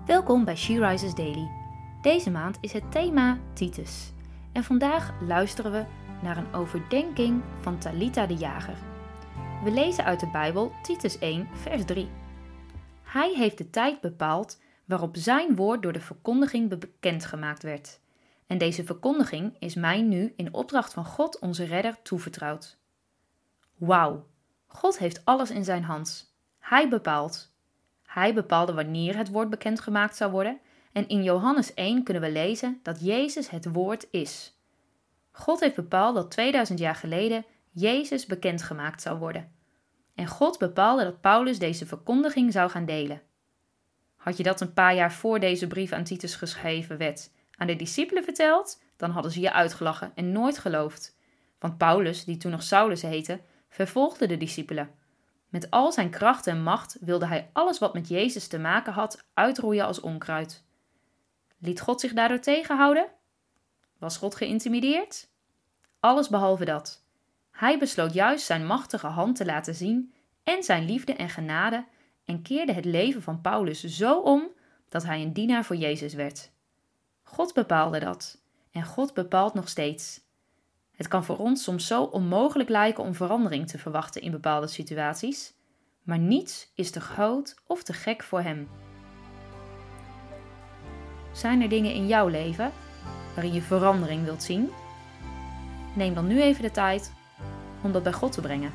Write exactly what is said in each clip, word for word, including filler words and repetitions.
Welkom bij She Rises Daily. Deze maand is het thema Titus. En vandaag luisteren we naar een overdenking van Talita de Jager. We lezen uit de Bijbel Titus één, vers drie. Hij heeft de tijd bepaald waarop zijn woord door de verkondiging bekendgemaakt werd. En deze verkondiging is mij nu in opdracht van God onze redder toevertrouwd. Wauw, God heeft alles in zijn hand. Hij bepaalt. Hij bepaalde wanneer het woord bekendgemaakt zou worden en in Johannes één kunnen we lezen dat Jezus het woord is. God heeft bepaald dat tweeduizend jaar geleden Jezus bekendgemaakt zou worden. En God bepaalde dat Paulus deze verkondiging zou gaan delen. Had je dat een paar jaar voor deze brief aan Titus geschreven werd aan de discipelen verteld, dan hadden ze je uitgelachen en nooit geloofd. Want Paulus, die toen nog Saulus heette, vervolgde de discipelen. Met al zijn kracht en macht wilde hij alles wat met Jezus te maken had uitroeien als onkruid. Liet God zich daardoor tegenhouden? Was God geïntimideerd? Alles behalve dat. Hij besloot juist zijn machtige hand te laten zien en zijn liefde en genade en keerde het leven van Paulus zo om dat hij een dienaar voor Jezus werd. God bepaalde dat en God bepaalt nog steeds. Het kan voor ons soms zo onmogelijk lijken om verandering te verwachten in bepaalde situaties, maar niets is te groot of te gek voor hem. Zijn er dingen in jouw leven waarin je verandering wilt zien? Neem dan nu even de tijd om dat bij God te brengen.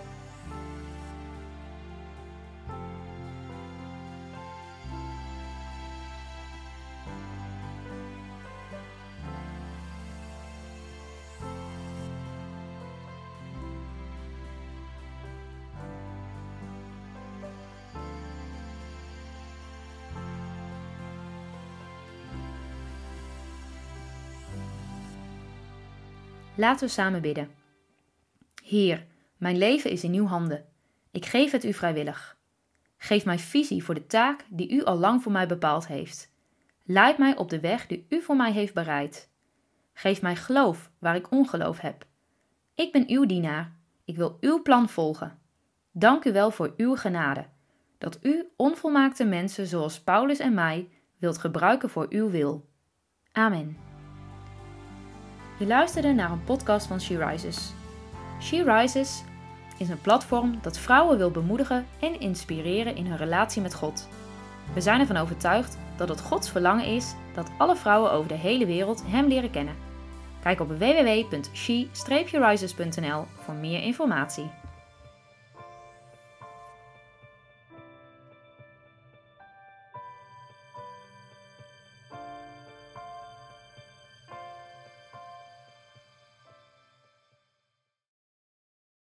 Laten we samen bidden. Heer, mijn leven is in uw handen. Ik geef het u vrijwillig. Geef mij visie voor de taak die u al lang voor mij bepaald heeft. Leid mij op de weg die u voor mij heeft bereid. Geef mij geloof waar ik ongeloof heb. Ik ben uw dienaar. Ik wil uw plan volgen. Dank u wel voor uw genade. Dat u onvolmaakte mensen zoals Paulus en mij wilt gebruiken voor uw wil. Amen. Je luisterde naar een podcast van She Rises. She Rises is een platform dat vrouwen wil bemoedigen en inspireren in hun relatie met God. We zijn ervan overtuigd dat het Gods verlangen is dat alle vrouwen over de hele wereld Hem leren kennen. Kijk op w w w punt she rises punt n l voor meer informatie.